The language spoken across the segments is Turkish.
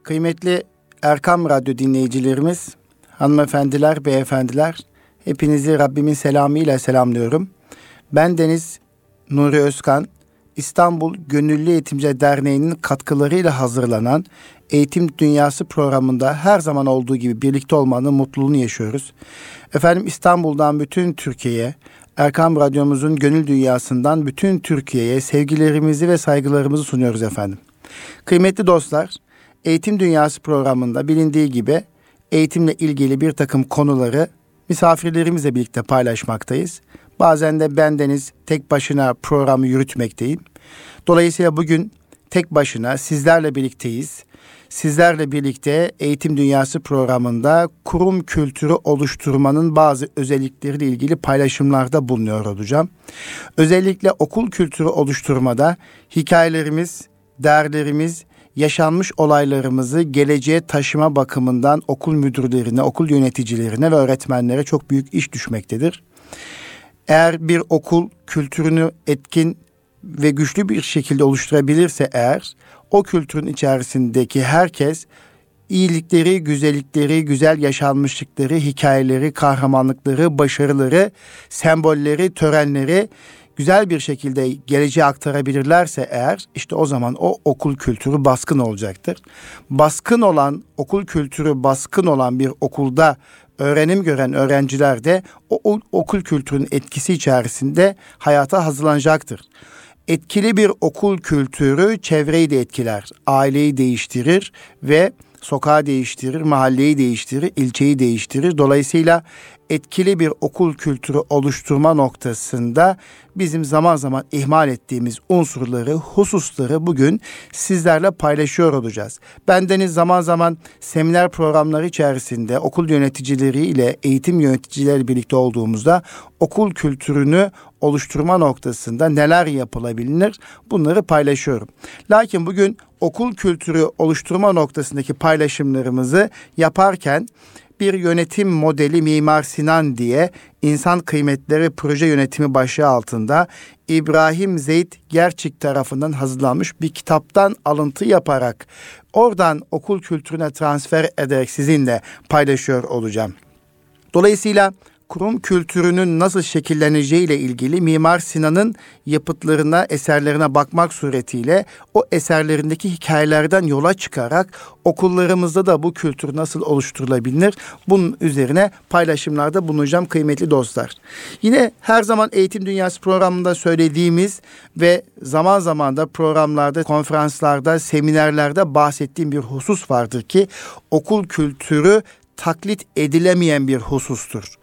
Kıymetli Erkam Radyo dinleyicilerimiz, hanımefendiler, beyefendiler, hepinizi Rabbimin selamıyla selamlıyorum. Ben Deniz Nuri Özkan, İstanbul Gönüllü Eğitimciler Derneği'nin katkılarıyla hazırlanan Eğitim Dünyası programında her zaman olduğu gibi birlikte olmanın mutluluğunu yaşıyoruz. Efendim, İstanbul'dan bütün Türkiye'ye, Erkam Radyomuzun Gönül Dünyası'ndan bütün Türkiye'ye sevgilerimizi ve saygılarımızı sunuyoruz efendim. Kıymetli dostlar, Eğitim Dünyası programında bilindiği gibi eğitimle ilgili bir takım konuları misafirlerimizle birlikte paylaşmaktayız. Bazen de bendeniz tek başına programı yürütmekteyim. Dolayısıyla bugün tek başına sizlerle birlikteyiz. Sizlerle birlikte Eğitim Dünyası programında kurum kültürü oluşturmanın bazı özellikleriyle ilgili paylaşımlarda bulunuyor olacağım. Özellikle okul kültürü oluşturmada hikayelerimiz, değerlerimiz, yaşanmış olaylarımızı geleceğe taşıma bakımından okul müdürlerine, okul yöneticilerine ve öğretmenlere çok büyük iş düşmektedir. Eğer bir okul kültürünü etkin ve güçlü bir şekilde oluşturabilirse eğer, o kültürün içerisindeki herkes iyilikleri, güzellikleri, güzel yaşanmışlıkları, hikayeleri, kahramanlıkları, başarıları, sembolleri, törenleri güzel bir şekilde geleceğe aktarabilirlerse eğer, işte o zaman o okul kültürü baskın olacaktır. Baskın olan, okul kültürü baskın olan bir okulda öğrenim gören öğrenciler de o okul kültürünün etkisi içerisinde hayata hazırlanacaktır. Etkili bir okul kültürü çevreyi de etkiler, aileyi değiştirir ve sokağı değiştirir, mahalleyi değiştirir, ilçeyi değiştirir. Dolayısıyla etkili bir okul kültürü oluşturma noktasında bizim zaman zaman ihmal ettiğimiz unsurları, hususları bugün sizlerle paylaşıyor olacağız. Bendeniz zaman zaman seminer programları içerisinde okul yöneticileriyle, eğitim yöneticileri birlikte olduğumuzda okul kültürünü oluşturma noktasında neler yapılabilir, bunları paylaşıyorum. Lakin bugün okul kültürü oluşturma noktasındaki paylaşımlarımızı yaparken bir yönetim modeli Mimar Sinan diye insan kıymetleri proje yönetimi başlığı altında İbrahim Zeyd Gerçik tarafından hazırlanmış bir kitaptan alıntı yaparak oradan okul kültürüne transfer ederek sizinle paylaşıyor olacağım. Dolayısıyla kurum kültürünün nasıl şekilleneceği ile ilgili Mimar Sinan'ın yapıtlarına, eserlerine bakmak suretiyle o eserlerindeki hikayelerden yola çıkarak okullarımızda da bu kültür nasıl oluşturulabilir? Bunun üzerine paylaşımlarda bulunacağım kıymetli dostlar. Yine her zaman Eğitim Dünyası programında söylediğimiz ve zaman zaman da programlarda, konferanslarda, seminerlerde bahsettiğim bir husus vardır ki okul kültürü taklit edilemeyen bir husustur.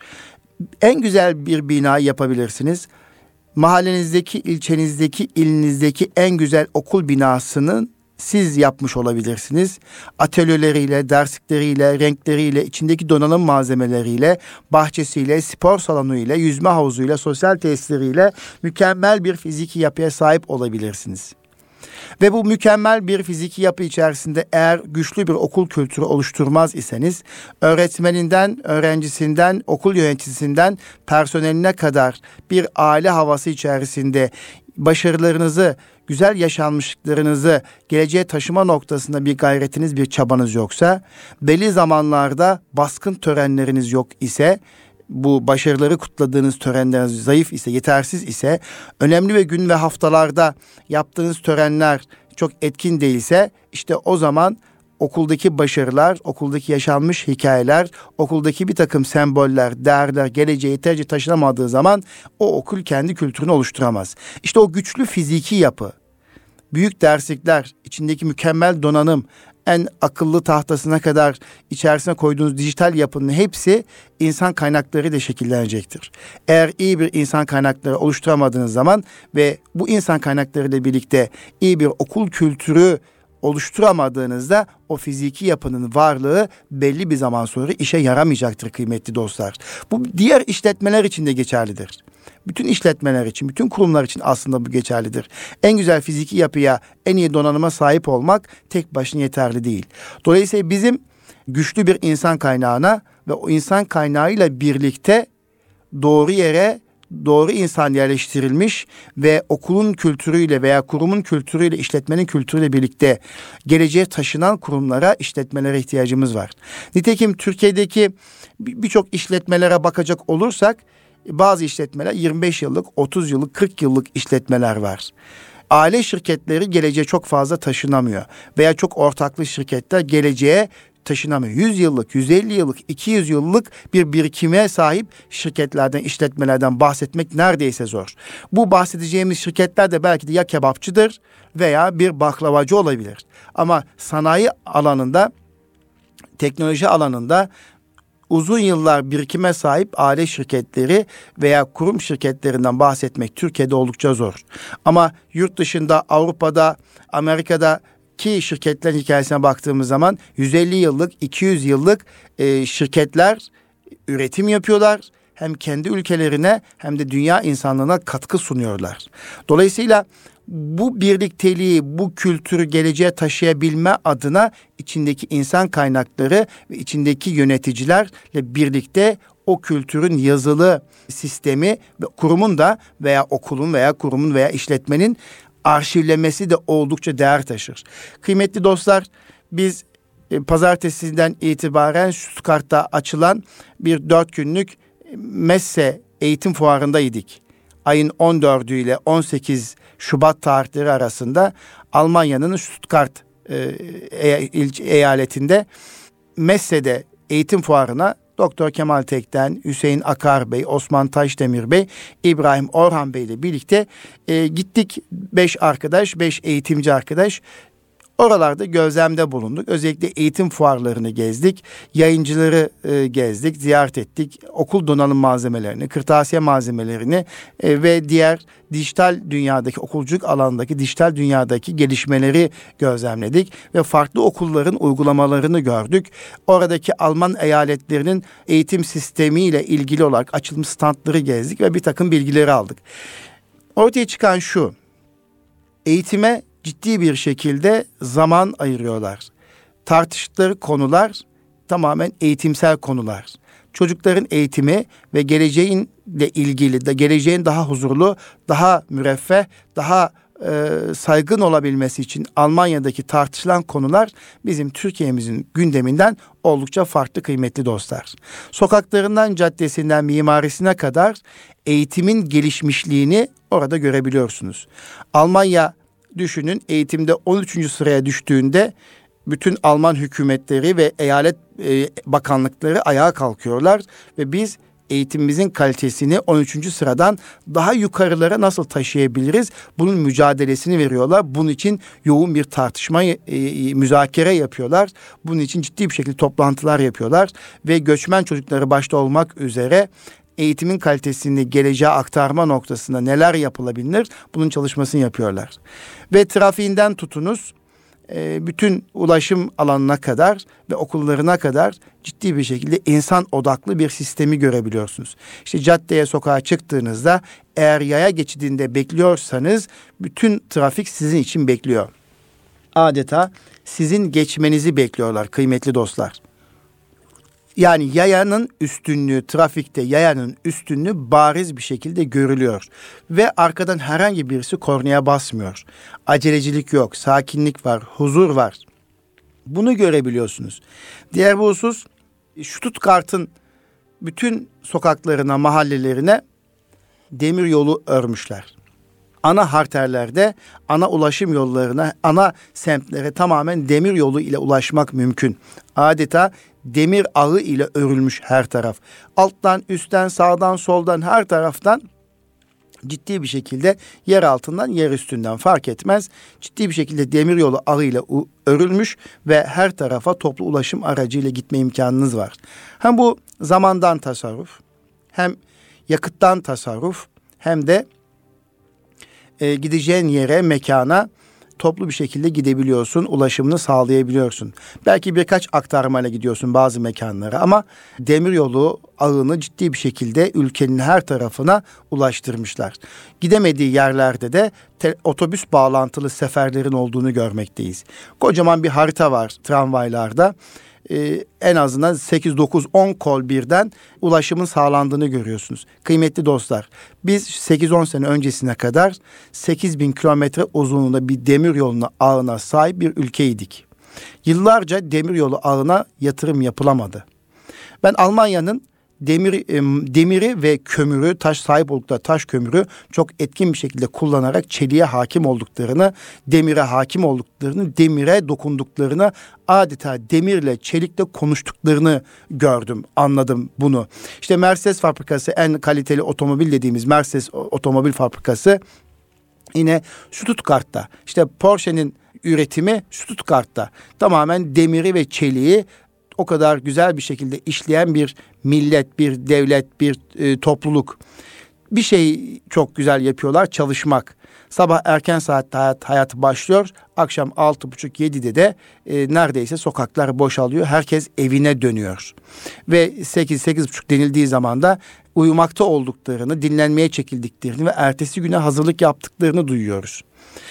En güzel bir bina yapabilirsiniz. Mahallenizdeki, ilçenizdeki, ilinizdeki en güzel okul binasını siz yapmış olabilirsiniz. Atölyeleriyle, derslikleriyle, renkleriyle, içindeki donanım malzemeleriyle, bahçesiyle, spor salonuyla, yüzme havuzuyla, sosyal tesisleriyle mükemmel bir fiziki yapıya sahip olabilirsiniz. Ve bu mükemmel bir fiziki yapı içerisinde eğer güçlü bir okul kültürü oluşturmaz iseniz, öğretmeninden, öğrencisinden, okul yöneticisinden, personeline kadar bir aile havası içerisinde başarılarınızı, güzel yaşanmışlıklarınızı geleceğe taşıma noktasında bir gayretiniz, bir çabanız yoksa, belli zamanlarda baskın törenleriniz yok ise, bu başarıları kutladığınız törenleriniz zayıf ise, yetersiz ise, önemli ve gün ve haftalarda yaptığınız törenler çok etkin değilse, işte o zaman okuldaki başarılar, okuldaki yaşanmış hikayeler, okuldaki bir takım semboller, değerler geleceğe yeterince taşınamadığı zaman o okul kendi kültürünü oluşturamaz. İşte o güçlü fiziki yapı, büyük derslikler, içindeki mükemmel donanım, en akıllı tahtasına kadar içerisine koyduğunuz dijital yapının hepsi insan kaynakları ile şekillenecektir. Eğer iyi bir insan kaynakları oluşturamadığınız zaman ve bu insan kaynakları ile birlikte iyi bir okul kültürü oluşturamadığınızda o fiziki yapının varlığı belli bir zaman sonra işe yaramayacaktır kıymetli dostlar. Bu diğer işletmeler için de geçerlidir. Bütün işletmeler için, bütün kurumlar için aslında bu geçerlidir. En güzel fiziki yapıya, en iyi donanıma sahip olmak tek başına yeterli değil. Dolayısıyla bizim güçlü bir insan kaynağına ve o insan kaynağıyla birlikte doğru yere, doğru insan yerleştirilmiş ve okulun kültürüyle veya kurumun kültürüyle, işletmenin kültürüyle birlikte geleceğe taşınan kurumlara, işletmelere ihtiyacımız var. Nitekim Türkiye'deki birçok işletmelere bakacak olursak bazı işletmeler 25 yıllık, 30 yıllık, 40 yıllık işletmeler var. Aile şirketleri geleceğe çok fazla taşınamıyor veya çok ortaklı şirketler geleceğe taşınamıyor. 100 yıllık, 150 yıllık, 200 yıllık bir birikime sahip şirketlerden, işletmelerden bahsetmek neredeyse zor. Bu bahsedeceğimiz şirketler de belki de ya kebapçıdır veya bir baklavacı olabilir. Ama sanayi alanında, teknoloji alanında uzun yıllar birikime sahip aile şirketleri veya kurum şirketlerinden bahsetmek Türkiye'de oldukça zor. Ama yurt dışında, Avrupa'da, Amerika'daki şirketlerin hikayesine baktığımız zaman 150 yıllık, 200 yıllık şirketler üretim yapıyorlar. Hem kendi ülkelerine hem de dünya insanlığına katkı sunuyorlar. Dolayısıyla bu birlikteliği, bu kültürü geleceğe taşıyabilme adına içindeki insan kaynakları ve içindeki yöneticilerle birlikte o kültürün yazılı sistemi ve kurumun da veya okulun veya kurumun veya işletmenin arşivlemesi de oldukça değer taşır. Kıymetli dostlar, biz pazartesinden itibaren Stuttgart'ta açılan bir 4 günlük Messe eğitim fuarındaydık. Ayın 14'ü ile 18 Şubat tarihleri arasında Almanya'nın Stuttgart eyaletinde Messe'de eğitim fuarına Doktor Kemal Tekten, Hüseyin Akar Bey, Osman Taşdemir Bey, İbrahim Orhan Bey ile birlikte gittik. 5 eğitimci arkadaş. Oralarda gözlemde bulunduk. Özellikle eğitim fuarlarını gezdik. Yayıncıları gezdik, ziyaret ettik. Okul donanım malzemelerini, kırtasiye malzemelerini ve diğer dijital dünyadaki, okulculuk alanındaki dijital dünyadaki gelişmeleri gözlemledik. Ve farklı okulların uygulamalarını gördük. Oradaki Alman eyaletlerinin eğitim sistemiyle ilgili olarak açılmış standları gezdik ve bir takım bilgileri aldık. Ortaya çıkan şu: eğitime ciddi bir şekilde zaman ayırıyorlar. Tartıştıkları konular tamamen eğitimsel konular. Çocukların eğitimi ve geleceğinle ilgili de geleceğin daha huzurlu, daha müreffeh, daha saygın olabilmesi için Almanya'daki tartışılan konular bizim Türkiye'mizin gündeminden oldukça farklı, kıymetli dostlar. Sokaklarından, caddesinden, mimarisine kadar eğitimin gelişmişliğini orada görebiliyorsunuz. Almanya, düşünün, eğitimde 13. sıraya düştüğünde bütün Alman hükümetleri ve eyalet bakanlıkları ayağa kalkıyorlar ve biz eğitimimizin kalitesini 13. sıradan daha yukarılara nasıl taşıyabiliriz? Bunun mücadelesini veriyorlar. Bunun için yoğun bir tartışma, müzakere yapıyorlar. Bunun için ciddi bir şekilde toplantılar yapıyorlar ve göçmen çocukları başta olmak üzere eğitimin kalitesini geleceğe aktarma noktasında neler yapılabilir? Bunun çalışmasını yapıyorlar. Ve trafiğinden tutunuz, bütün ulaşım alanına kadar ve okullarına kadar ciddi bir şekilde insan odaklı bir sistemi görebiliyorsunuz. İşte caddeye, sokağa çıktığınızda eğer yaya geçidinde bekliyorsanız bütün trafik sizin için bekliyor. Adeta sizin geçmenizi bekliyorlar, kıymetli dostlar. Yani yayanın üstünlüğü, trafikte yayanın üstünlüğü bariz bir şekilde görülüyor. Ve arkadan herhangi birisi kornaya basmıyor. Acelecilik yok, sakinlik var, huzur var. Bunu görebiliyorsunuz. Diğer bir husus, Stuttgart'ın bütün sokaklarına, mahallelerine demir yolu örmüşler. Ana harterlerde, ana ulaşım yollarına, ana semtlere tamamen demir yolu ile ulaşmak mümkün. Adeta demir ağı ile örülmüş her taraf. Alttan, üstten, sağdan, soldan, her taraftan ciddi bir şekilde yer altından, yer üstünden fark etmez. Ciddi bir şekilde demir yolu ağı ile örülmüş ve her tarafa toplu ulaşım aracıyla gitme imkanınız var. Hem bu zamandan tasarruf, hem yakıttan tasarruf, hem de gideceğin yere, mekana toplu bir şekilde gidebiliyorsun, ulaşımını sağlayabiliyorsun. Belki birkaç aktarmayla gidiyorsun bazı mekanlara ama demiryolu ağını ciddi bir şekilde ülkenin her tarafına ulaştırmışlar. Gidemediği yerlerde de otobüs bağlantılı seferlerin olduğunu görmekteyiz. Kocaman bir harita var tramvaylarda. en azından 8, 9, 10 kol birden ulaşımın sağlandığını görüyorsunuz. Kıymetli dostlar, biz 8-10 sene öncesine kadar 8.000 kilometre uzunluğunda bir demiryolu ağına sahip bir ülkeydik. Yıllarca demiryolu ağına yatırım yapılamadı. Ben Almanya'nın demiri ve kömürü, sahip oldukları taş kömürü çok etkin bir şekilde kullanarak çeliğe hakim olduklarını, demire hakim olduklarını, demire dokunduklarını, adeta demirle, çelikle konuştuklarını gördüm, anladım bunu. İşte Mercedes fabrikası, en kaliteli otomobil dediğimiz Mercedes otomobil fabrikası yine Stuttgart'ta. İşte Porsche'nin üretimi Stuttgart'ta. Tamamen demiri ve çeliği o kadar güzel bir şekilde işleyen bir millet, bir devlet, bir topluluk. Bir şey çok güzel yapıyorlar, çalışmak. Sabah erken saatte hayatı başlıyor. Akşam 6.30-7'de de neredeyse sokaklar boşalıyor. Herkes evine dönüyor. Ve 8-8.30 denildiği zaman da uyumakta olduklarını, dinlenmeye çekildiklerini ve ertesi güne hazırlık yaptıklarını duyuyoruz.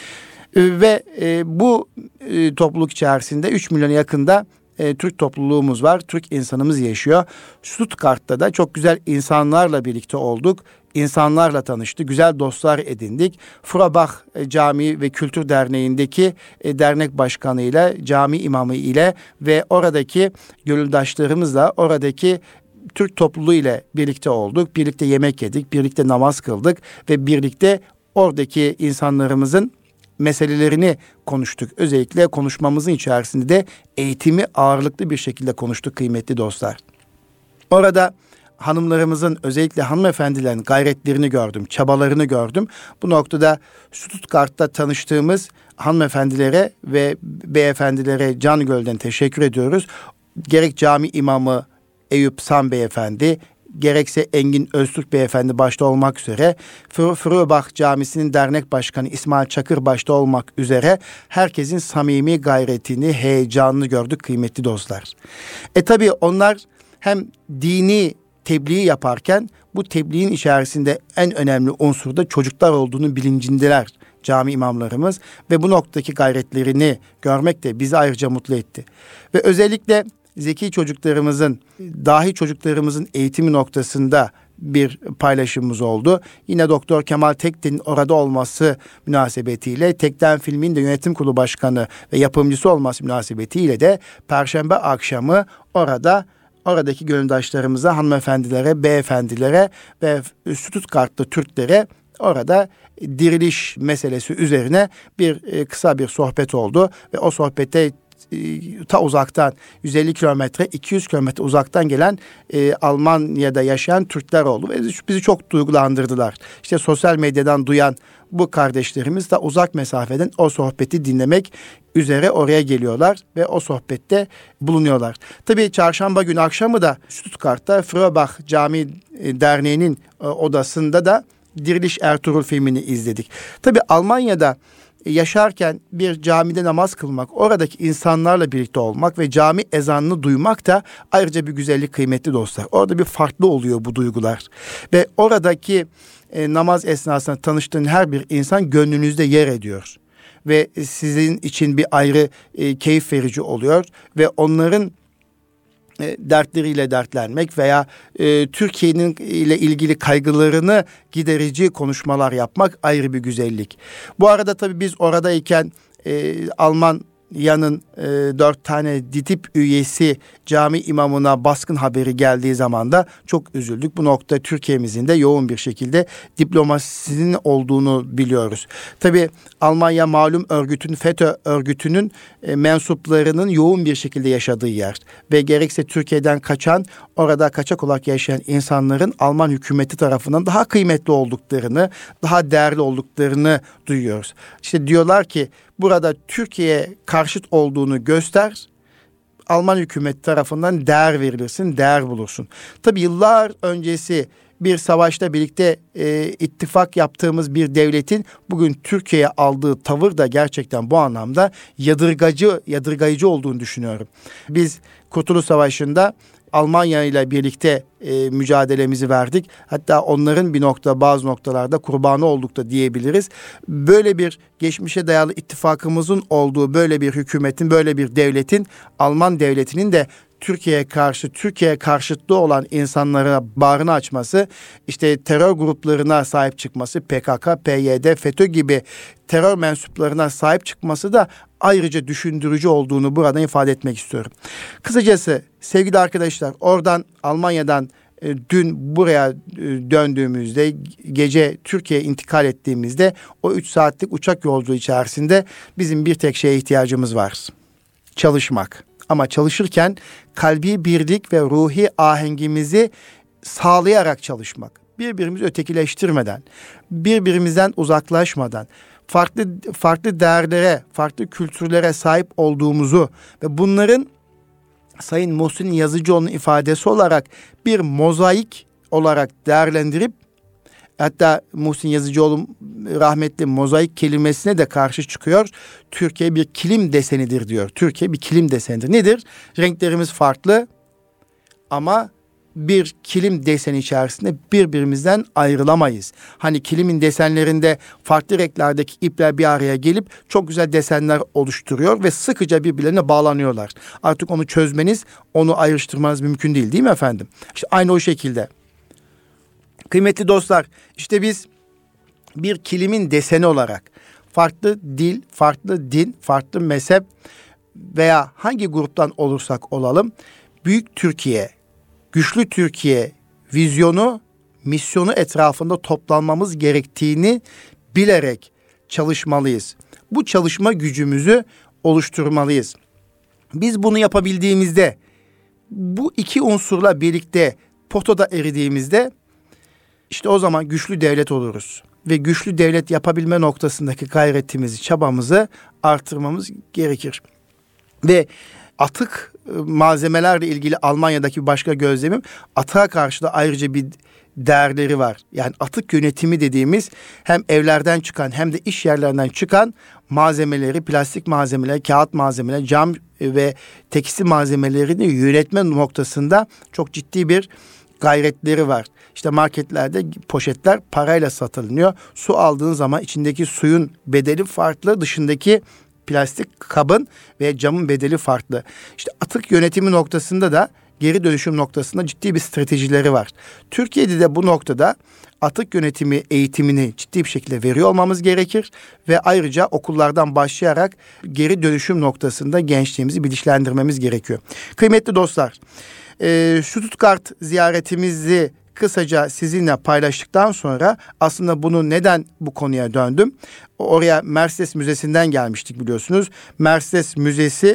Ve bu topluluk içerisinde 3 milyona yakında Türk topluluğumuz var. Türk insanımız yaşıyor. Stuttgart'ta da çok güzel insanlarla birlikte olduk. İnsanlarla tanıştık. Güzel dostlar edindik. Feuerbach Camii ve Kültür Derneği'ndeki dernek başkanıyla, cami imamı ile ve oradaki gönüldaşlarımızla, oradaki Türk topluluğu ile birlikte olduk. Birlikte yemek yedik, birlikte namaz kıldık ve birlikte oradaki insanlarımızın meselelerini konuştuk. Özellikle konuşmamızın içerisinde de eğitimi ağırlıklı bir şekilde konuştuk kıymetli dostlar. Orada hanımlarımızın, özellikle hanımefendilerin gayretlerini gördüm, çabalarını gördüm. Bu noktada Stuttgart'ta tanıştığımız hanımefendilere ve beyefendilere canı gönülden teşekkür ediyoruz. Gerek cami imamı Eyüp San Beyefendi, gerekse Engin Öztürk Beyefendi başta olmak üzere, Feuerbach Camisi'nin dernek başkanı İsmail Çakır başta olmak üzere herkesin samimi gayretini, heyecanını gördük kıymetli dostlar. Tabii onlar hem dini tebliğ yaparken bu tebliğin içerisinde en önemli unsur da çocuklar olduğunu bilincindeler cami imamlarımız ve bu noktadaki gayretlerini görmek de bizi ayrıca mutlu etti. Ve özellikle zeki çocuklarımızın, dahi çocuklarımızın eğitimi noktasında bir paylaşımımız oldu. Yine Doktor Kemal Tekten'in orada olması münasebetiyle, Tekten Film'in de yönetim kurulu başkanı ve yapımcısı olması münasebetiyle de Perşembe akşamı oradaki gönüldaşlarımıza, hanımefendilere, beyefendilere ve Stuttgart'ta Türklere orada diriliş meselesi üzerine kısa bir sohbet oldu ve o sohbette ta uzaktan 150 kilometre, 200 kilometre uzaktan gelen Almanya'da yaşayan Türkler oldu ve bizi çok duygulandırdılar. İşte sosyal medyadan duyan bu kardeşlerimiz de uzak mesafeden o sohbeti dinlemek üzere oraya geliyorlar ve o sohbette bulunuyorlar. Tabii çarşamba günü akşamı da Stuttgart'ta Feuerbach Camii Derneği'nin odasında da Diriliş Ertuğrul filmini izledik. Tabii Almanya'da yaşarken bir camide namaz kılmak, oradaki insanlarla birlikte olmak ve cami ezanını duymak da ayrıca bir güzellik kıymetli dostlar. Orada bir farklı oluyor bu duygular. Ve oradaki namaz esnasında tanıştığın her bir insan gönlünüzde yer ediyor. Ve sizin için bir ayrı keyif verici oluyor. Ve onların dertleriyle dertlenmek veya Türkiye'nin ile ilgili kaygılarını giderici konuşmalar yapmak ayrı bir güzellik. Bu arada tabii biz oradayken Almanya'nın 4 tane DİTİB üyesi cami imamına baskın haberi geldiği zaman da çok üzüldük. Bu nokta Türkiye'mizin de yoğun bir şekilde diplomasisinin olduğunu biliyoruz. Tabii Almanya malum örgütün, FETÖ örgütünün mensuplarının yoğun bir şekilde yaşadığı yer. Ve gerekse Türkiye'den kaçan, orada kaçak olarak yaşayan insanların Alman hükümeti tarafından daha kıymetli olduklarını, daha değerli olduklarını duyuyoruz. İşte diyorlar ki burada Türkiye'ye karşıt olduğunu göster, Alman hükümeti tarafından değer verilirsin, değer bulursun. Tabii yıllar öncesi bir savaşta birlikte ittifak yaptığımız bir devletin bugün Türkiye'ye aldığı tavır da gerçekten bu anlamda yadırgayıcı olduğunu düşünüyorum. Biz Kurtuluş Savaşı'nda Almanya ile birlikte mücadelemizi verdik. Hatta onların bazı noktalarda kurbanı olduk da diyebiliriz. Böyle bir geçmişe dayalı ittifakımızın olduğu böyle bir hükümetin, böyle bir devletin, Alman devletinin de Türkiye'ye karşı, Türkiye karşıtlığı olan insanlara bağrını açması, işte terör gruplarına sahip çıkması, PKK, PYD, FETÖ gibi terör mensuplarına sahip çıkması da ayrıca düşündürücü olduğunu buradan ifade etmek istiyorum. Kısacası sevgili arkadaşlar, oradan Almanya'dan dün buraya döndüğümüzde, gece Türkiye'ye intikal ettiğimizde o 3 saatlik uçak yolculuğu içerisinde bizim bir tek şeye ihtiyacımız var: çalışmak. Ama çalışırken kalbi birlik ve ruhi ahengimizi sağlayarak çalışmak. Birbirimizi ötekileştirmeden, birbirimizden uzaklaşmadan, farklı değerlere, farklı kültürlere sahip olduğumuzu ve bunların Sayın Muhsin Yazıcıoğlu'nun ifadesi olarak bir mozaik olarak değerlendirip, hatta Muhsin Yazıcıoğlu rahmetli mozaik kelimesine de karşı çıkıyor. Türkiye bir kilim desenidir diyor. Türkiye bir kilim desenidir. Nedir? Renklerimiz farklı ama bir kilim deseni içerisinde birbirimizden ayrılamayız. Hani kilimin desenlerinde farklı renklerdeki ipler bir araya gelip çok güzel desenler oluşturuyor ve sıkıca birbirlerine bağlanıyorlar. Artık onu çözmeniz, onu ayrıştırmanız mümkün değil mi efendim? İşte aynı o şekilde. Kıymetli dostlar, işte biz bir kilimin deseni olarak farklı dil, farklı din, farklı mezhep veya hangi gruptan olursak olalım, büyük Türkiye, güçlü Türkiye vizyonu, misyonu etrafında toplanmamız gerektiğini bilerek çalışmalıyız. Bu çalışma gücümüzü oluşturmalıyız. Biz bunu yapabildiğimizde, bu iki unsurla birlikte potada eridiğimizde, İşte o zaman güçlü devlet oluruz. Ve güçlü devlet yapabilme noktasındaki gayretimizi, çabamızı artırmamız gerekir. Ve atık malzemelerle ilgili Almanya'daki başka gözlemim, atığa karşı da ayrıca bir değerleri var. Yani atık yönetimi dediğimiz, hem evlerden çıkan hem de iş yerlerinden çıkan malzemeleri, plastik malzemeler, kağıt malzemeler, cam ve tekstil malzemelerini yönetme noktasında çok ciddi bir gayretleri var. İşte marketlerde poşetler parayla satılıyor. Su aldığın zaman içindeki suyun bedeli farklı, dışındaki plastik kabın ve camın bedeli farklı. İşte atık yönetimi noktasında da, geri dönüşüm noktasında ciddi bir stratejileri var. Türkiye'de de bu noktada atık yönetimi eğitimini ciddi bir şekilde veriyor olmamız gerekir ve ayrıca okullardan başlayarak geri dönüşüm noktasında gençliğimizi bilinçlendirmemiz gerekiyor. Kıymetli dostlar, Stuttgart ziyaretimizi kısaca sizinle paylaştıktan sonra aslında bunu neden bu konuya döndüm? Oraya Mercedes Müzesi'nden gelmiştik biliyorsunuz. Mercedes Müzesi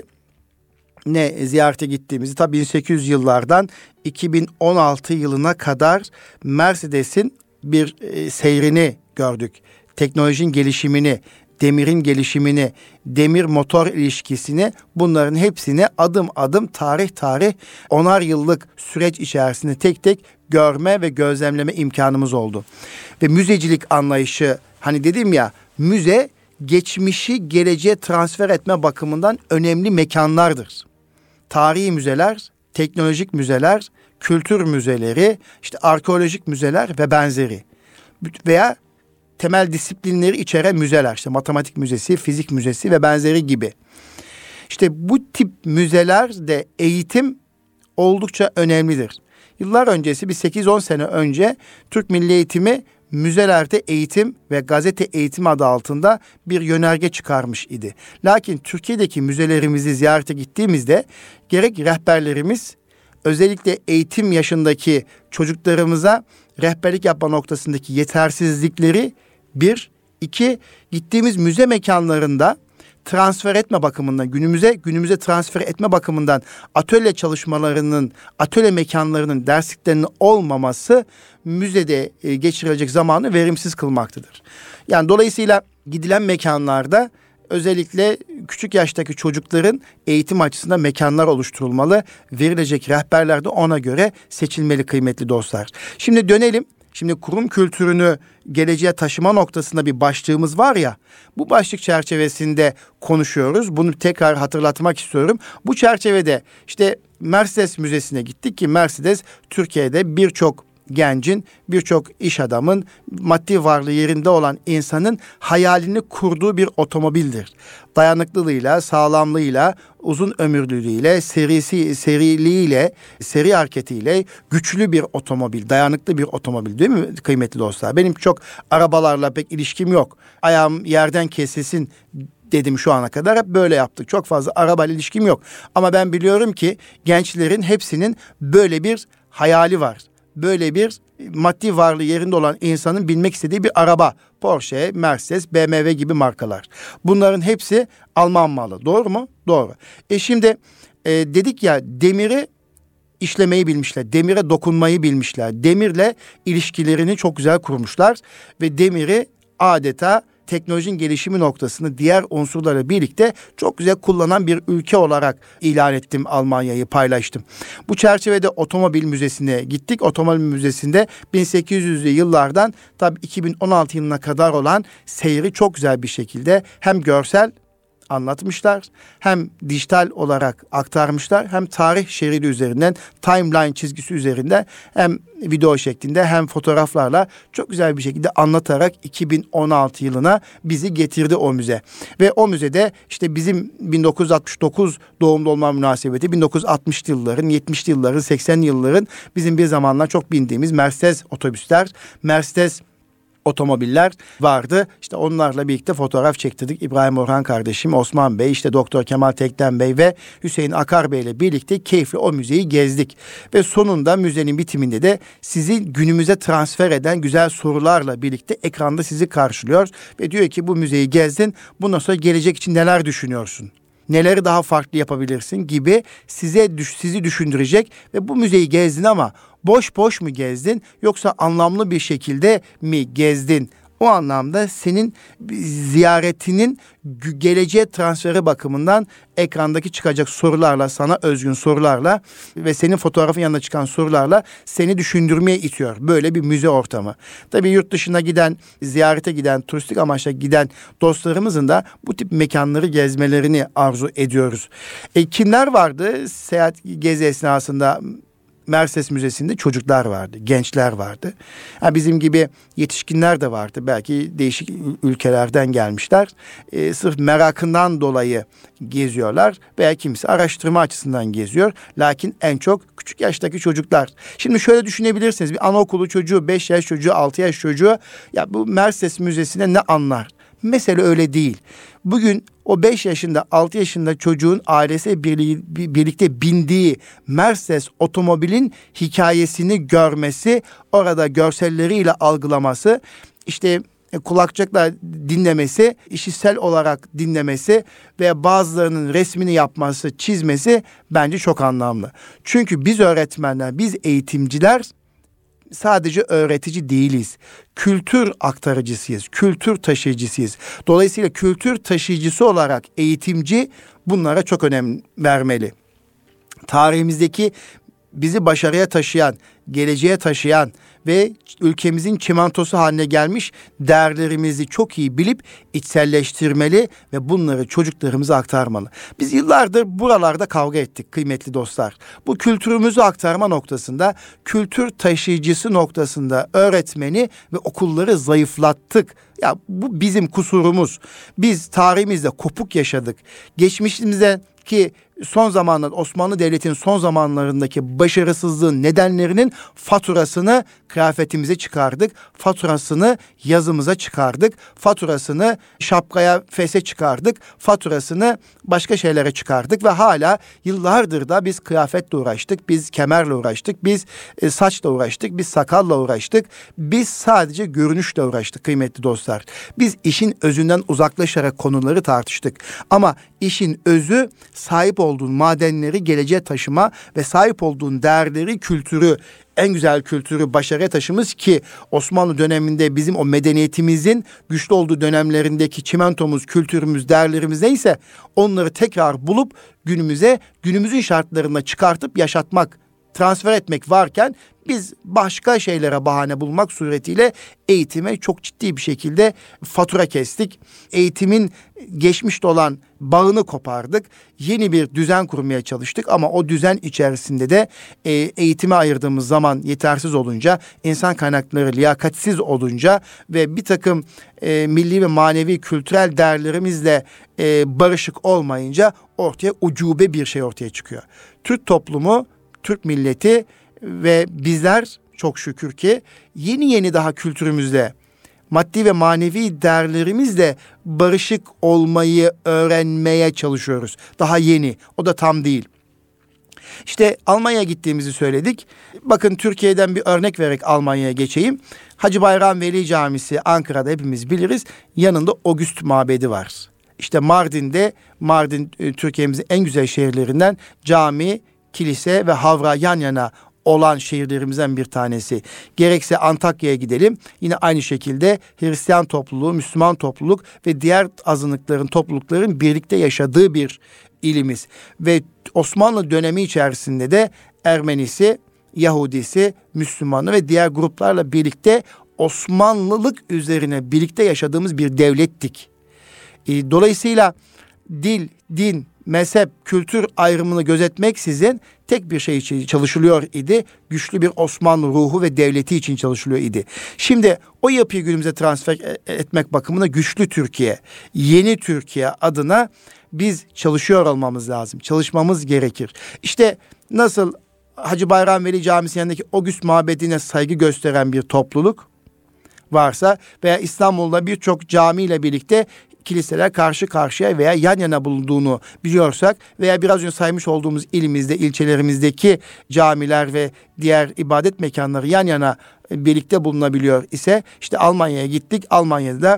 ne ziyarete gittiğimizi, tabii 1800 yıllardan 2016 yılına kadar Mercedes'in bir seyrini gördük. Teknolojinin gelişimini, demirin gelişimini, demir motor ilişkisini, bunların hepsini adım adım tarih 10'ar yıllık süreç içerisinde tek tek görme ve gözlemleme imkanımız oldu. Ve müzecilik anlayışı, hani dedim ya, müze geçmişi geleceğe transfer etme bakımından önemli mekanlardır. Tarihi müzeler, teknolojik müzeler, kültür müzeleri, işte arkeolojik müzeler ve benzeri. Veya temel disiplinleri içeren müzeler, işte matematik müzesi, fizik müzesi ve benzeri gibi. İşte bu tip müzelerde eğitim oldukça önemlidir. Yıllar öncesi, bir 8-10 sene önce Türk Milli Eğitimi müzelerde eğitim ve gazete eğitimi adı altında bir yönerge çıkarmış idi. Lakin Türkiye'deki müzelerimizi ziyarete gittiğimizde gerek rehberlerimiz, özellikle eğitim yaşındaki çocuklarımıza rehberlik yapma noktasındaki yetersizlikleri, 1, 2, gittiğimiz müze mekanlarında transfer etme bakımından, günümüze transfer etme bakımından atölye çalışmalarının, atölye mekanlarının, dersliklerinin olmaması müzede geçirilecek zamanı verimsiz kılmaktadır. Yani dolayısıyla gidilen mekanlarda özellikle küçük yaştaki çocukların eğitim açısından mekanlar oluşturulmalı. Verilecek rehberler de ona göre seçilmeli kıymetli dostlar. Şimdi dönelim. Şimdi kurum kültürünü geleceğe taşıma noktasında bir başlığımız var ya, bu başlık çerçevesinde konuşuyoruz. Bunu tekrar hatırlatmak istiyorum. Bu çerçevede işte Mercedes Müzesi'ne gittik ki Mercedes Türkiye'de birçok gencin, birçok iş adamın, maddi varlığı yerinde olan insanın hayalini kurduğu bir otomobildir. Dayanıklılığıyla, sağlamlığıyla, uzun ömürlülüğüyle, seriliğiyle, seri hareketiyle güçlü bir otomobil, dayanıklı bir otomobil, değil mi kıymetli dostlar? Benim çok arabalarla pek ilişkim yok. Ayağım yerden kesilsin dedim şu ana kadar, hep böyle yaptık. Çok fazla arabayla ilişkim yok. Ama ben biliyorum ki gençlerin hepsinin böyle bir hayali var. Böyle bir maddi varlığı yerinde olan insanın binmek istediği bir araba. Porsche, Mercedes, BMW gibi markalar. Bunların hepsi Alman malı. Doğru mu? Doğru. Şimdi dedik ya, demiri işlemeyi bilmişler. Demire dokunmayı bilmişler. Demirle ilişkilerini çok güzel kurmuşlar. Ve demiri adeta teknolojinin gelişimi noktasını diğer unsurlarla birlikte çok güzel kullanan bir ülke olarak ilan ettim, Almanya'yı paylaştım. Bu çerçevede Otomobil Müzesi'ne gittik. Otomobil Müzesi'nde 1800'lü yıllardan tabii 2016 yılına kadar olan seyri çok güzel bir şekilde hem görsel anlatmışlar, hem dijital olarak aktarmışlar, hem tarih şeridi üzerinden, timeline çizgisi üzerinde, hem video şeklinde hem fotoğraflarla çok güzel bir şekilde anlatarak 2016 yılına bizi getirdi o müze. Ve o müzede işte bizim 1969 doğumlu olma münasebeti 1960'lı yılların, 70'li yılların, 80'li yılların bizim bir zamanlar çok bindiğimiz Mercedes otobüsler, Mercedes otomobiller vardı. İşte onlarla birlikte fotoğraf çektirdik. İbrahim Orhan kardeşim, Osman Bey, işte Doktor Kemal Tekden Bey ve Hüseyin Akar Bey ile birlikte keyifli o müzeyi gezdik. Ve sonunda müzenin bitiminde de sizi günümüze transfer eden güzel sorularla birlikte ekranda sizi karşılıyor. Ve diyor ki bu müzeyi gezdin, bundan sonra gelecek için neler düşünüyorsun? Neleri daha farklı yapabilirsin gibi sizi düşündürecek ve bu müzeyi gezdin ama boş boş mu gezdin yoksa anlamlı bir şekilde mi gezdin? O anlamda senin ziyaretinin geleceğe transferi bakımından ekrandaki çıkacak sorularla, sana özgün sorularla ve senin fotoğrafın yanında çıkan sorularla seni düşündürmeye itiyor. Böyle bir müze ortamı. Tabii yurt dışına giden, ziyarete giden, turistik amaçla giden dostlarımızın da bu tip mekanları gezmelerini arzu ediyoruz. Kimler vardı seyahat gezi esnasında? Mercedes Müzesi'nde çocuklar vardı, gençler vardı. Bizim gibi yetişkinler de vardı. Belki değişik ülkelerden gelmişler. Sırf merakından dolayı geziyorlar veya kimisi araştırma açısından geziyor. Lakin en çok küçük yaştaki çocuklar. Şimdi şöyle düşünebilirsiniz. Bir anaokulu çocuğu, 5 yaş çocuğu, 6 yaş çocuğu ya bu Mercedes Müzesi'ne ne anlar? Mesele öyle değil. Bugün o 5 yaşında, 6 yaşında çocuğun ailesiyle birlikte bindiği Mercedes otomobilin hikayesini görmesi, orada görselleriyle algılaması, işte kulakçıkla dinlemesi, işitsel olarak dinlemesi ve bazılarının resmini yapması, çizmesi bence çok anlamlı. Çünkü biz öğretmenler, biz eğitimciler sadece öğretici değiliz. Kültür aktarıcısıyız, kültür taşıyıcısıyız. Dolayısıyla kültür taşıyıcısı olarak eğitimci bunlara çok önem vermeli. Tarihimizdeki bizi başarıya taşıyan, geleceğe taşıyan ve ülkemizin çimentosu haline gelmiş değerlerimizi çok iyi bilip içselleştirmeli ve bunları çocuklarımıza aktarmalı. Biz yıllardır buralarda kavga ettik kıymetli dostlar. Bu kültürümüzü aktarma noktasında, kültür taşıyıcısı noktasında öğretmeni ve okulları zayıflattık. Ya bu bizim kusurumuz. Biz tarihimizde kopuk yaşadık. Geçmişimizde ki son zamanlar Osmanlı Devleti'nin son zamanlarındaki başarısızlığın nedenlerinin faturasını kıyafetimize çıkardık. Faturasını yazımıza çıkardık. Faturasını şapkaya, fese çıkardık. Faturasını başka şeylere çıkardık ve hala yıllardır da biz kıyafetle uğraştık. Biz kemerle uğraştık. Biz saçla uğraştık. Biz sakalla uğraştık. Biz sadece görünüşle uğraştık kıymetli dostlar. Biz işin özünden uzaklaşarak konuları tartıştık. Ama işin özü sahip olduğun madenleri geleceğe taşıma ve sahip olduğun değerleri, kültürü, en güzel kültürü başarıya taşımış ki Osmanlı döneminde bizim o medeniyetimizin güçlü olduğu dönemlerindeki çimentomuz, kültürümüz, değerlerimiz neyse onları tekrar bulup günümüzün şartlarına çıkartıp yaşatmak, transfer etmek varken biz başka şeylere bahane bulmak suretiyle eğitime çok ciddi bir şekilde fatura kestik. Eğitimin geçmişte olan bağını kopardık. Yeni bir düzen kurmaya çalıştık ama o düzen içerisinde de eğitime ayırdığımız zaman yetersiz olunca, insan kaynakları liyakatsiz olunca ve bir takım milli ve manevi kültürel değerlerimizle barışık olmayınca ortaya ucube bir şey ortaya çıkıyor. Türk toplumu, Türk milleti ve bizler çok şükür ki yeni daha kültürümüzle, maddi ve manevi değerlerimizle barışık olmayı öğrenmeye çalışıyoruz. Daha yeni, o da tam değil. İşte Almanya'ya gittiğimizi söyledik. Bakın Türkiye'den bir örnek vererek Almanya'ya geçeyim. Hacı Bayram Veli Camisi Ankara'da hepimiz biliriz. Yanında August Mabedi var. İşte Mardin Türkiye'mizin en güzel şehirlerinden, cami, kilise ve havra yan yana olan şehirlerimizden bir tanesi. Gerekse Antakya'ya gidelim. Yine aynı şekilde Hristiyan topluluğu, Müslüman topluluk ve diğer azınlıkların, toplulukların birlikte yaşadığı bir ilimiz. Ve Osmanlı dönemi içerisinde de Ermenisi, Yahudisi, Müslümanı ve diğer gruplarla birlikte Osmanlılık üzerine birlikte yaşadığımız bir devlettik. Dolayısıyla dil, din, mezhep, kültür ayrımını gözetmeksizin tek bir şey için çalışılıyor idi. Güçlü bir Osmanlı ruhu ve devleti için çalışılıyor idi. Şimdi o yapıyı günümüze transfer etmek bakımına güçlü Türkiye, yeni Türkiye adına biz çalışıyor olmamız lazım. Çalışmamız gerekir. İşte nasıl Hacı Bayram Veli Camisi yanındaki August Mabedi'ne saygı gösteren bir topluluk varsa veya İstanbul'da birçok camiyle birlikte kiliseler karşı karşıya veya yan yana bulunduğunu biliyorsak veya biraz önce saymış olduğumuz ilimizde, ilçelerimizdeki camiler ve diğer ibadet mekanları yan yana birlikte bulunabiliyor ise, işte Almanya'ya gittik. Almanya'da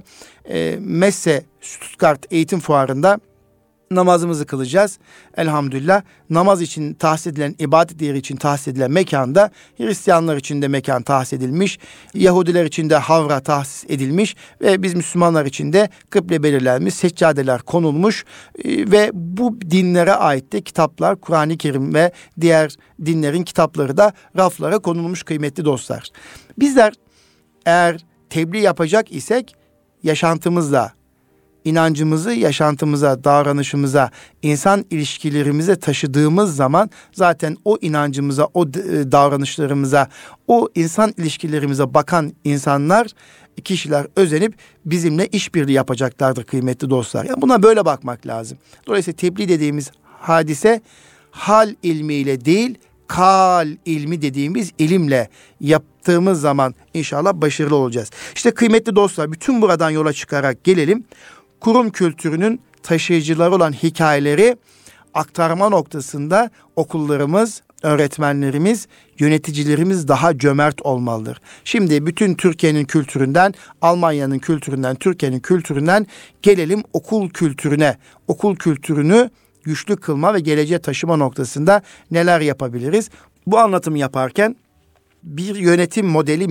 Messe Stuttgart Eğitim Fuarı'nda namazımızı kılacağız. Elhamdülillah namaz için tahsis edilen, ibadet yeri için tahsis edilen mekanda Hristiyanlar için de mekan tahsis edilmiş. Yahudiler için de havra tahsis edilmiş ve biz Müslümanlar için de kıble belirlenmiş, seccadeler konulmuş ve bu dinlere ait de kitaplar, Kur'an-ı Kerim ve diğer dinlerin kitapları da raflara konulmuş kıymetli dostlar. Bizler eğer tebliğ yapacak isek yaşantımızla, İnancımızı yaşantımıza, davranışımıza, insan ilişkilerimize taşıdığımız zaman zaten o inancımıza, o davranışlarımıza, o insan ilişkilerimize bakan insanlar, kişiler özenip bizimle işbirliği yapacaklardır kıymetli dostlar. Yani buna böyle bakmak lazım. Dolayısıyla tebliğ dediğimiz hadise hal ilmiyle değil, kal ilmi dediğimiz ilimle yaptığımız zaman inşallah başarılı olacağız. İşte kıymetli dostlar, bütün buradan yola çıkarak gelelim. Kurum kültürünün taşıyıcıları olan hikayeleri aktarma noktasında okullarımız, öğretmenlerimiz, yöneticilerimiz daha cömert olmalıdır. Şimdi bütün Türkiye'nin kültüründen, Almanya'nın kültüründen, Türkiye'nin kültüründen gelelim okul kültürüne. Okul kültürünü güçlü kılma ve geleceğe taşıma noktasında neler yapabiliriz? Bu anlatımı yaparken bir yönetim modeli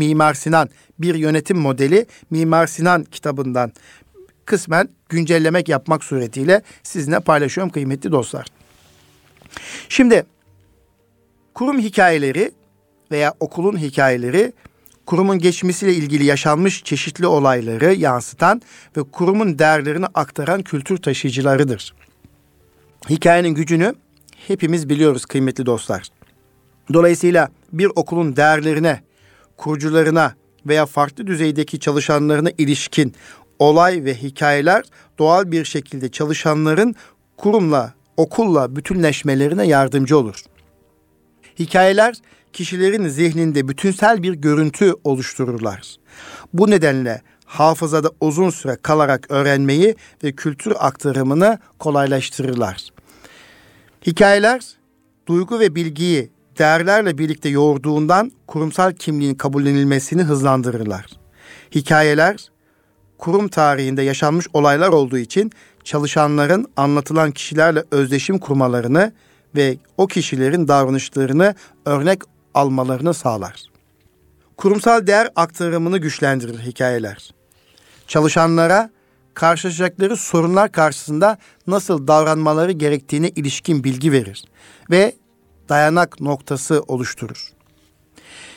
Mimar Sinan kitabından kısmen güncellemek yapmak suretiyle sizinle paylaşıyorum kıymetli dostlar. Şimdi kurum hikayeleri veya okulun hikayeleri kurumun geçmişiyle ilgili yaşanmış çeşitli olayları yansıtan ve kurumun değerlerini aktaran kültür taşıyıcılarıdır. Hikayenin gücünü hepimiz biliyoruz kıymetli dostlar. Dolayısıyla bir okulun değerlerine, kurucularına veya farklı düzeydeki çalışanlarına ilişkin olay ve hikayeler doğal bir şekilde çalışanların kurumla, okulla bütünleşmelerine yardımcı olur. Hikayeler kişilerin zihninde bütünsel bir görüntü oluştururlar. Bu nedenle hafızada uzun süre kalarak öğrenmeyi ve kültür aktarımını kolaylaştırırlar. Hikayeler duygu ve bilgiyi değerlerle birlikte yoğurduğundan kurumsal kimliğin kabullenilmesini hızlandırırlar. Hikayeler kurum tarihinde yaşanmış olaylar olduğu için çalışanların anlatılan kişilerle özdeşim kurmalarını ve o kişilerin davranışlarını örnek almalarını sağlar. Kurumsal değer aktarımını güçlendirir hikayeler. Çalışanlara karşılaşacakları sorunlar karşısında nasıl davranmaları gerektiğine ilişkin bilgi verir ve dayanak noktası oluşturur.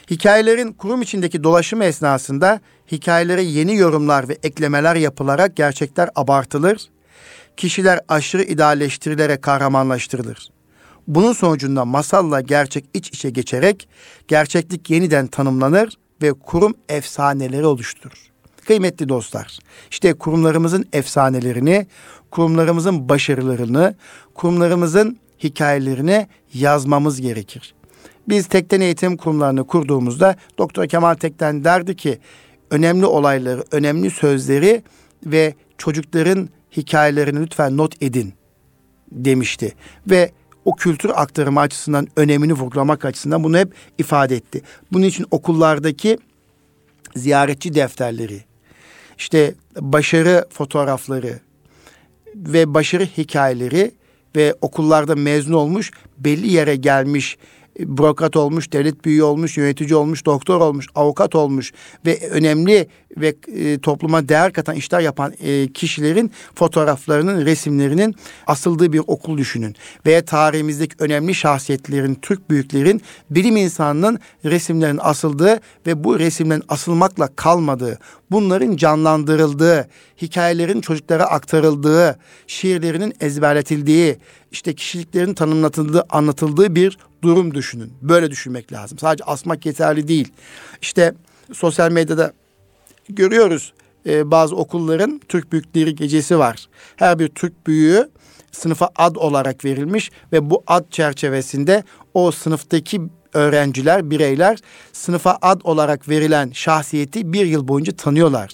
Hikayelerin kurum içindeki dolaşımı esnasında hikayelere yeni yorumlar ve eklemeler yapılarak gerçekler abartılır, kişiler aşırı idealleştirilerek kahramanlaştırılır. Bunun sonucunda masalla gerçek iç içe geçerek gerçeklik yeniden tanımlanır ve kurum efsaneleri oluşturur. Kıymetli dostlar, işte kurumlarımızın efsanelerini, kurumlarımızın başarılarını, kurumlarımızın hikayelerini yazmamız gerekir. Biz Tekden eğitim kurumlarını kurduğumuzda Doktor Kemal Tekden derdi ki önemli olayları, önemli sözleri ve çocukların hikayelerini lütfen not edin demişti. Ve o kültür aktarımı açısından önemini vurgulamak açısından bunu hep ifade etti. Bunun için okullardaki ziyaretçi defterleri, işte başarı fotoğrafları ve başarı hikayeleri ve okullarda mezun olmuş, belli yere gelmiş, bürokrat olmuş, devlet büyüğü olmuş, yönetici olmuş, doktor olmuş, avukat olmuş ve önemli ve topluma değer katan işler yapan kişilerin fotoğraflarının, resimlerinin asıldığı bir okul düşünün. Veya tarihimizdeki önemli şahsiyetlerin, Türk büyüklerin, bilim insanının resimlerinin asıldığı ve bu resimlerin asılmakla kalmadığı, bunların canlandırıldığı, hikayelerin çocuklara aktarıldığı, şiirlerinin ezberletildiği, işte kişiliklerin tanımlatıldığı, anlatıldığı bir durum düşünün. Böyle düşünmek lazım. Sadece asmak yeterli değil. İşte sosyal medyada görüyoruz bazı okulların Türk Büyükleri Gecesi var. Her bir Türk büyüğü sınıfa ad olarak verilmiş ve bu ad çerçevesinde o sınıftaki öğrenciler, bireyler sınıfa ad olarak verilen şahsiyeti bir yıl boyunca tanıyorlar.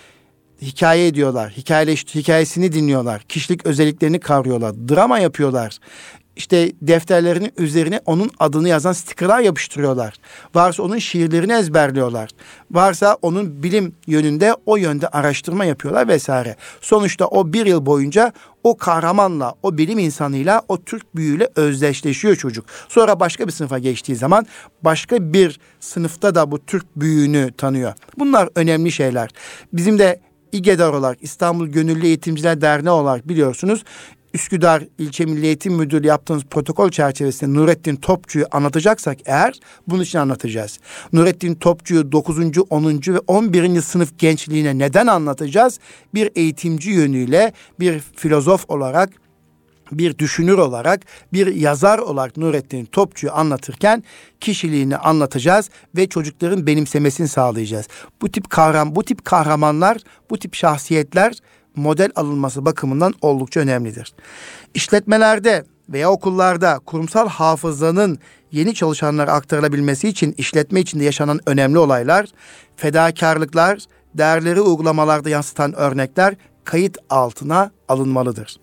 Hikaye ediyorlar, hikayesini dinliyorlar, kişilik özelliklerini kavruyorlar, drama yapıyorlar. İşte defterlerinin üzerine onun adını yazan stikerler yapıştırıyorlar. Varsa onun şiirlerini ezberliyorlar. Varsa onun bilim yönünde o yönde araştırma yapıyorlar vesaire. Sonuçta o bir yıl boyunca o kahramanla, o bilim insanıyla, o Türk büyüğüyle özdeşleşiyor çocuk. Sonra başka bir sınıfa geçtiği zaman başka bir sınıfta da bu Türk büyüğünü tanıyor. Bunlar önemli şeyler. Bizim de İGEDAR olarak, İstanbul Gönüllü Eğitimciler Derneği olarak biliyorsunuz, Üsküdar İlçe Milli Eğitim Müdürlüğü yaptığımız protokol çerçevesinde Nurettin Topçu'yu anlatacaksak eğer bunun için anlatacağız. Nurettin Topçu'yu 9. 10. ve 11. sınıf gençliğine neden anlatacağız? Bir eğitimci yönüyle, bir filozof olarak, bir düşünür olarak, bir yazar olarak Nurettin Topçu'yu anlatırken kişiliğini anlatacağız ve çocukların benimsemesini sağlayacağız. Bu tip kahramanlar, bu tip şahsiyetler model alınması bakımından oldukça önemlidir. İşletmelerde veya okullarda kurumsal hafızanın yeni çalışanlara aktarılabilmesi için işletme içinde yaşanan önemli olaylar, fedakarlıklar, değerleri uygulamalarda yansıtan örnekler kayıt altına alınmalıdır.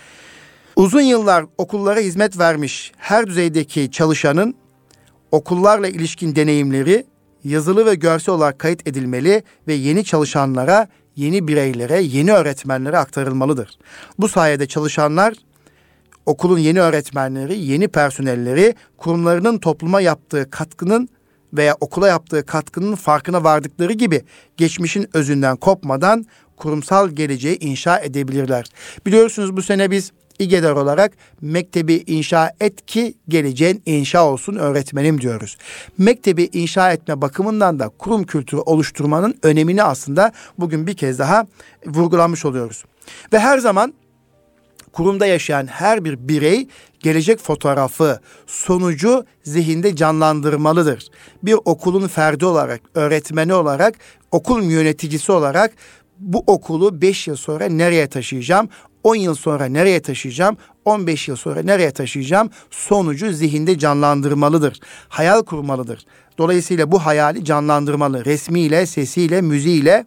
Uzun yıllar okullara hizmet vermiş her düzeydeki çalışanın okullarla ilişkin deneyimleri yazılı ve görsel olarak kayıt edilmeli ve yeni çalışanlara, yeni bireylere, yeni öğretmenlere aktarılmalıdır. Bu sayede çalışanlar, okulun yeni öğretmenleri, yeni personelleri kurumlarının topluma yaptığı katkının veya okula yaptığı katkının farkına vardıkları gibi geçmişin özünden kopmadan kurumsal geleceği inşa edebilirler. Biliyorsunuz bu sene biz İGEDAR olarak mektebi inşa et ki geleceğin inşa olsun öğretmenim diyoruz. Mektebi inşa etme bakımından da kurum kültürü oluşturmanın önemini aslında bugün bir kez daha vurgulamış oluyoruz. Ve her zaman kurumda yaşayan her bir birey gelecek fotoğrafı, sonucu zihinde canlandırmalıdır. Bir okulun ferdi olarak, öğretmeni olarak, okul yöneticisi olarak bu okulu 5 yıl sonra nereye taşıyacağım? 10 yıl sonra nereye taşıyacağım? 15 yıl sonra nereye taşıyacağım? Sonucu zihinde canlandırmalıdır. Hayal kurmalıdır. Dolayısıyla bu hayali canlandırmalı. Resmiyle, sesiyle, müziğiyle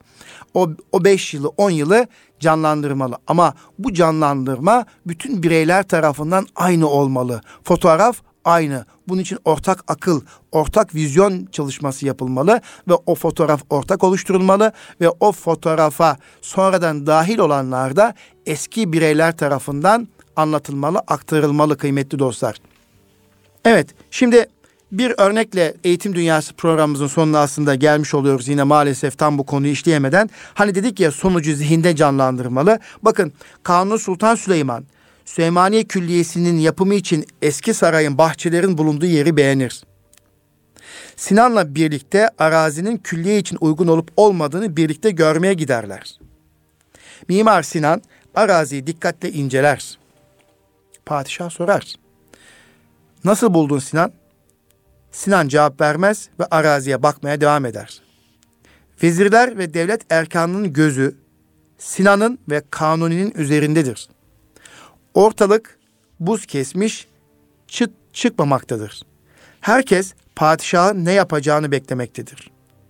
o 5 yılı, 10 yılı canlandırmalı. Ama bu canlandırma bütün bireyler tarafından aynı olmalı. Fotoğraf aynı. Bunun için ortak akıl, ortak vizyon çalışması yapılmalı ve o fotoğraf ortak oluşturulmalı ve o fotoğrafa sonradan dahil olanlar da eski bireyler tarafından anlatılmalı, aktarılmalı kıymetli dostlar. Evet, şimdi bir örnekle Eğitim Dünyası programımızın sonuna aslında gelmiş oluyoruz yine maalesef tam bu konuyu işleyemeden. Hani dedik ya sonucu zihinde canlandırmalı. Bakın Kanuni Sultan Süleyman, Süleymaniye Külliyesi'nin yapımı için eski sarayın, bahçelerin bulunduğu yeri beğenir. Sinan'la birlikte arazinin külliye için uygun olup olmadığını birlikte görmeye giderler. Mimar Sinan araziyi dikkatle inceler. Padişah sorar: "Nasıl buldun Sinan?" Sinan cevap vermez ve araziye bakmaya devam eder. Vezirler ve devlet erkanının gözü Sinan'ın ve Kanuni'nin üzerindedir. Ortalık buz kesmiş, çıt çıkmamaktadır. Herkes padişahın ne yapacağını beklemektedir.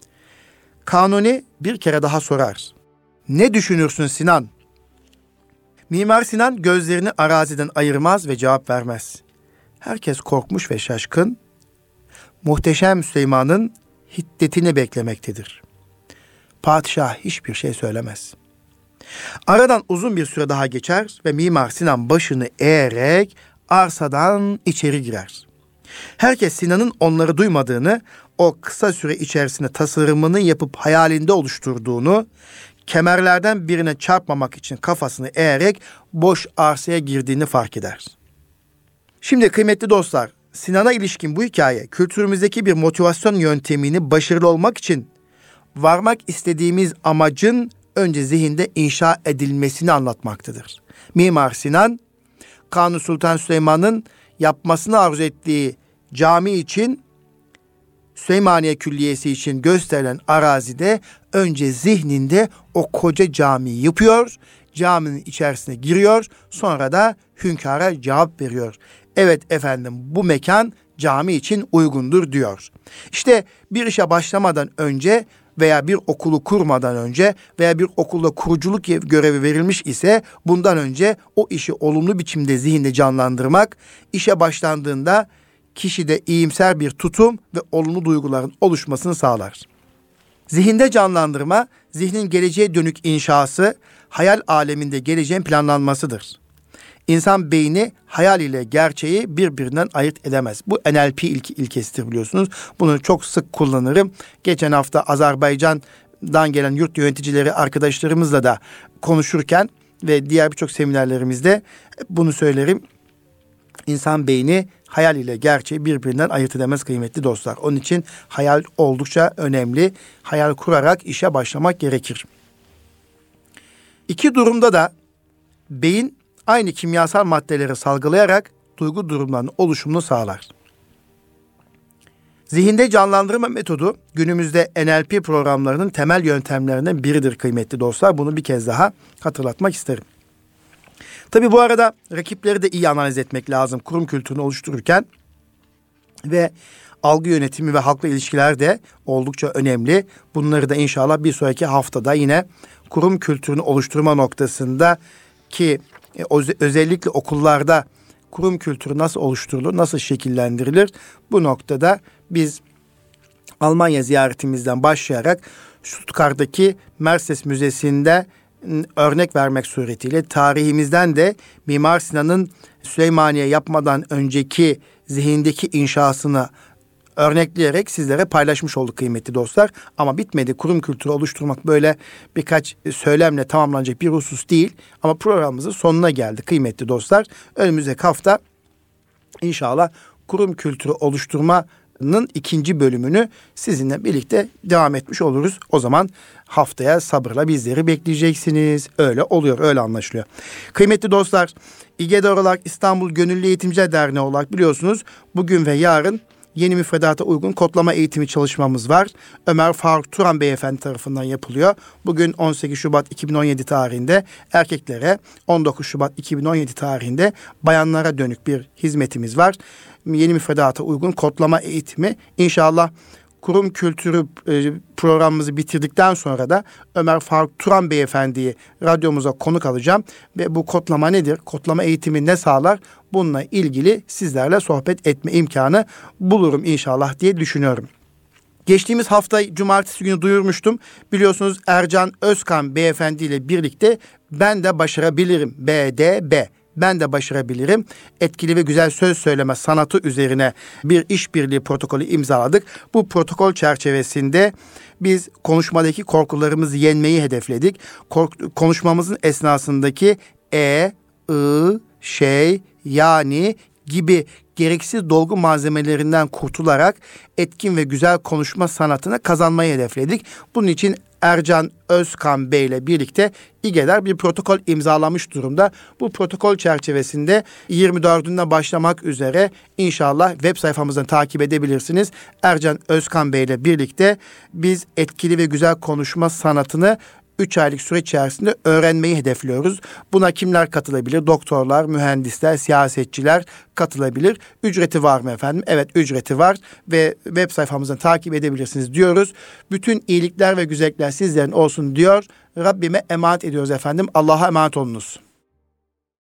Kanuni bir kere daha sorar: "Ne düşünürsün Sinan?" Mimar Sinan gözlerini araziden ayırmaz ve cevap vermez. Herkes korkmuş ve şaşkın, Muhteşem Süleyman'ın hiddetini beklemektedir. Padişah hiçbir şey söylemez. Aradan uzun bir süre daha geçer ve Mimar Sinan başını eğerek arsadan içeri girer. Herkes Sinan'ın onları duymadığını, o kısa süre içerisinde tasarımını yapıp hayalinde oluşturduğunu, kemerlerden birine çarpmamak için kafasını eğerek boş arsaya girdiğini fark eder. Şimdi kıymetli dostlar, Sinan'a ilişkin bu hikaye kültürümüzdeki bir motivasyon yöntemini başarılı olmak için varmak istediğimiz amacın önce zihinde inşa edilmesini anlatmaktadır. Mimar Sinan, Kanuni Sultan Süleyman'ın yapmasını arzu ettiği cami için, Süleymaniye Külliyesi için gösterilen arazide önce zihninde o koca camiyi yapıyor, caminin içerisine giriyor, sonra da hünkâra cevap veriyor. Evet efendim, bu mekan cami için uygundur diyor. İşte bir işe başlamadan önce veya bir okulu kurmadan önce veya bir okulda kuruculuk görevi verilmiş ise bundan önce o işi olumlu biçimde zihinde canlandırmak, işe başlandığında kişide iyimser bir tutum ve olumlu duyguların oluşmasını sağlar. Zihinde canlandırma, zihnin geleceğe dönük inşası, hayal aleminde geleceğin planlanmasıdır. İnsan beyni hayal ile gerçeği birbirinden ayırt edemez. Bu NLP ilkesidir biliyorsunuz. Bunu çok sık kullanırım. Geçen hafta Azerbaycan'dan gelen yurt yöneticileri arkadaşlarımızla da konuşurken ve diğer birçok seminerlerimizde bunu söylerim. İnsan beyni hayal ile gerçeği birbirinden ayırt edemez kıymetli dostlar. Onun için hayal oldukça önemli. Hayal kurarak işe başlamak gerekir. İki durumda da beyin aynı kimyasal maddeleri salgılayarak duygu durumlarının oluşumunu sağlar. Zihinde canlandırma metodu günümüzde NLP programlarının temel yöntemlerinden biridir kıymetli dostlar. Bunu bir kez daha hatırlatmak isterim. Tabii bu arada rakipleri de iyi analiz etmek lazım kurum kültürünü oluştururken ve algı yönetimi ve halkla ilişkiler de oldukça önemli. Bunları da inşallah bir sonraki haftada yine kurum kültürünü oluşturma noktasında ki özellikle okullarda kurum kültürü nasıl oluşturulur, nasıl şekillendirilir? Bu noktada biz Almanya ziyaretimizden başlayarak Stuttgart'taki Mercedes Müzesi'nde örnek vermek suretiyle tarihimizden de Mimar Sinan'ın Süleymaniye yapmadan önceki zihindeki inşasını örnekleyerek sizlere paylaşmış olduk kıymetli dostlar. Ama bitmedi. Kurum kültürü oluşturmak böyle birkaç söylemle tamamlanacak bir husus değil. Ama programımızın sonuna geldi kıymetli dostlar. Önümüzdeki hafta inşallah kurum kültürü oluşturmanın ikinci bölümünü sizinle birlikte devam etmiş oluruz. O zaman haftaya sabırla bizleri bekleyeceksiniz. Öyle oluyor, öyle anlaşılıyor. Kıymetli dostlar, İGEDER olarak İstanbul Gönüllü Eğitimciler Derneği olarak biliyorsunuz bugün ve yarın yeni müfredata uygun kodlama eğitimi çalışmamız var. Ömer Faruk Turan Beyefendi tarafından yapılıyor. Bugün 18 Şubat 2017 tarihinde erkeklere, 19 Şubat 2017 tarihinde bayanlara dönük bir hizmetimiz var. Yeni müfredata uygun kodlama eğitimi. İnşallah kurum kültürü programımızı bitirdikten sonra da Ömer Faruk Turan Beyefendi'yi radyomuza konuk alacağım. Ve bu kodlama nedir? Kodlama eğitimi ne sağlar? Bununla ilgili sizlerle sohbet etme imkanı bulurum inşallah diye düşünüyorum. Geçtiğimiz hafta cumartesi günü duyurmuştum. Biliyorsunuz Ercan Özkan Beyefendi ile birlikte Ben de Başarabilirim BDB. Ben de başarabilirim. Etkili ve güzel söz söyleme sanatı üzerine bir işbirliği protokolü imzaladık. Bu protokol çerçevesinde biz konuşmadaki korkularımızı yenmeyi hedefledik. Konuşmamızın esnasındaki şey, yani, gibi gereksiz dolgu malzemelerinden kurtularak etkin ve güzel konuşma sanatını kazanmayı hedefledik. Bunun için Ercan Özkan Bey ile birlikte İGEDER bir protokol imzalamış durumda. Bu protokol çerçevesinde 24'ünde başlamak üzere inşallah web sayfamızdan takip edebilirsiniz. Ercan Özkan Bey ile birlikte biz etkili ve güzel konuşma sanatını 3 aylık süre içerisinde öğrenmeyi hedefliyoruz. Buna kimler katılabilir? Doktorlar, mühendisler, siyasetçiler katılabilir. Ücreti var mı efendim? Evet, ücreti var ve web sayfamızdan takip edebilirsiniz diyoruz. Bütün iyilikler ve güzellikler sizlerin olsun diyor. Rabbime emanet ediyoruz efendim. Allah'a emanet olunuz.